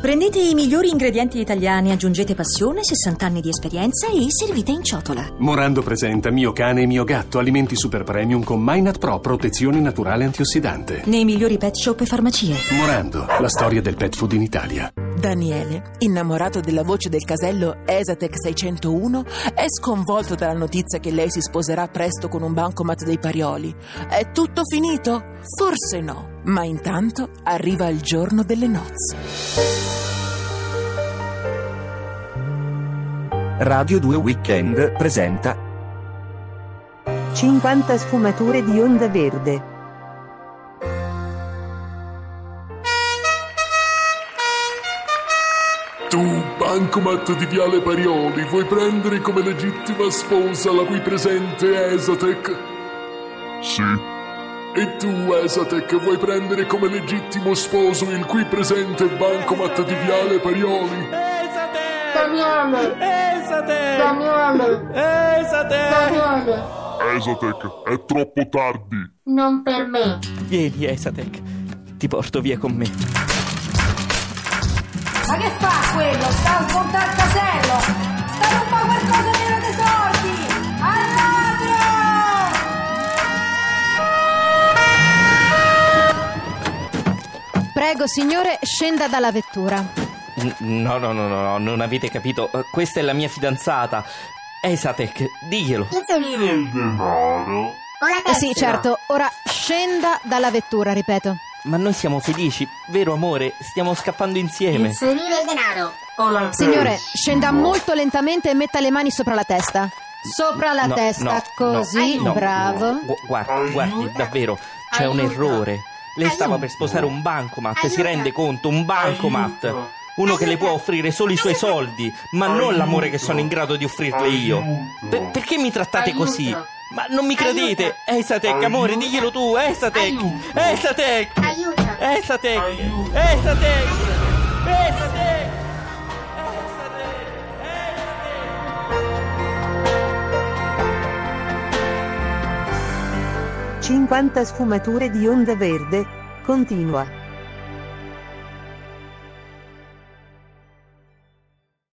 Prendete i migliori ingredienti italiani, aggiungete passione, 60 anni di esperienza e servite in ciotola. Morando presenta Mio cane e mio gatto, alimenti super premium con Mynat Pro, protezione naturale antiossidante. Nei migliori pet shop e farmacie. Morando, la storia del pet food in Italia. Daniele, innamorato della voce del casello Esatec 601, è sconvolto dalla notizia che lei si sposerà presto con un bancomat dei Parioli. È tutto finito? Forse no, ma intanto arriva il giorno delle nozze. Radio 2 Weekend presenta 50 sfumature di Onda Verde. Tu, bancomat di Viale Parioli, vuoi prendere come legittima sposa la cui presente è Esatec? Sì. E tu, Esatec, vuoi prendere come legittimo sposo il cui presente bancomat di Viale Parioli? Daniele! Esatec, è troppo tardi. Non per me. Vieni, Esatec, ti porto via con me. Ma che fa quello? Sta a smontare il casello! Sta a rubare qualcosa pieno dei soldi! Al ladro! Prego, signore, scenda dalla vettura. No, non avete capito. Questa è la mia fidanzata. Esatec, diglielo. Inserire il denaro? O la tessera? Sì, certo. Ora scenda dalla vettura, ripeto. Ma noi siamo felici, vero amore? Stiamo scappando insieme. Inserire il denaro? O la Signore, tessera? scenda molto lentamente e metta le mani sopra la testa. Sopra la testa, così, no. bravo. Guardi, davvero, c'è un errore. Lei stava per sposare un bancomat, si rende conto? Un bancomat. Uno che le può offrire solo i suoi soldi, ma non l'amore che sono in grado di offrirle io. Perché mi trattate così? Ma non mi credete? Esatec, amore, diglielo tu, Esatec! Esatec! Aiuto! Esatec! Esatec! Esatec! 50 sfumature di Onda Verde, continua.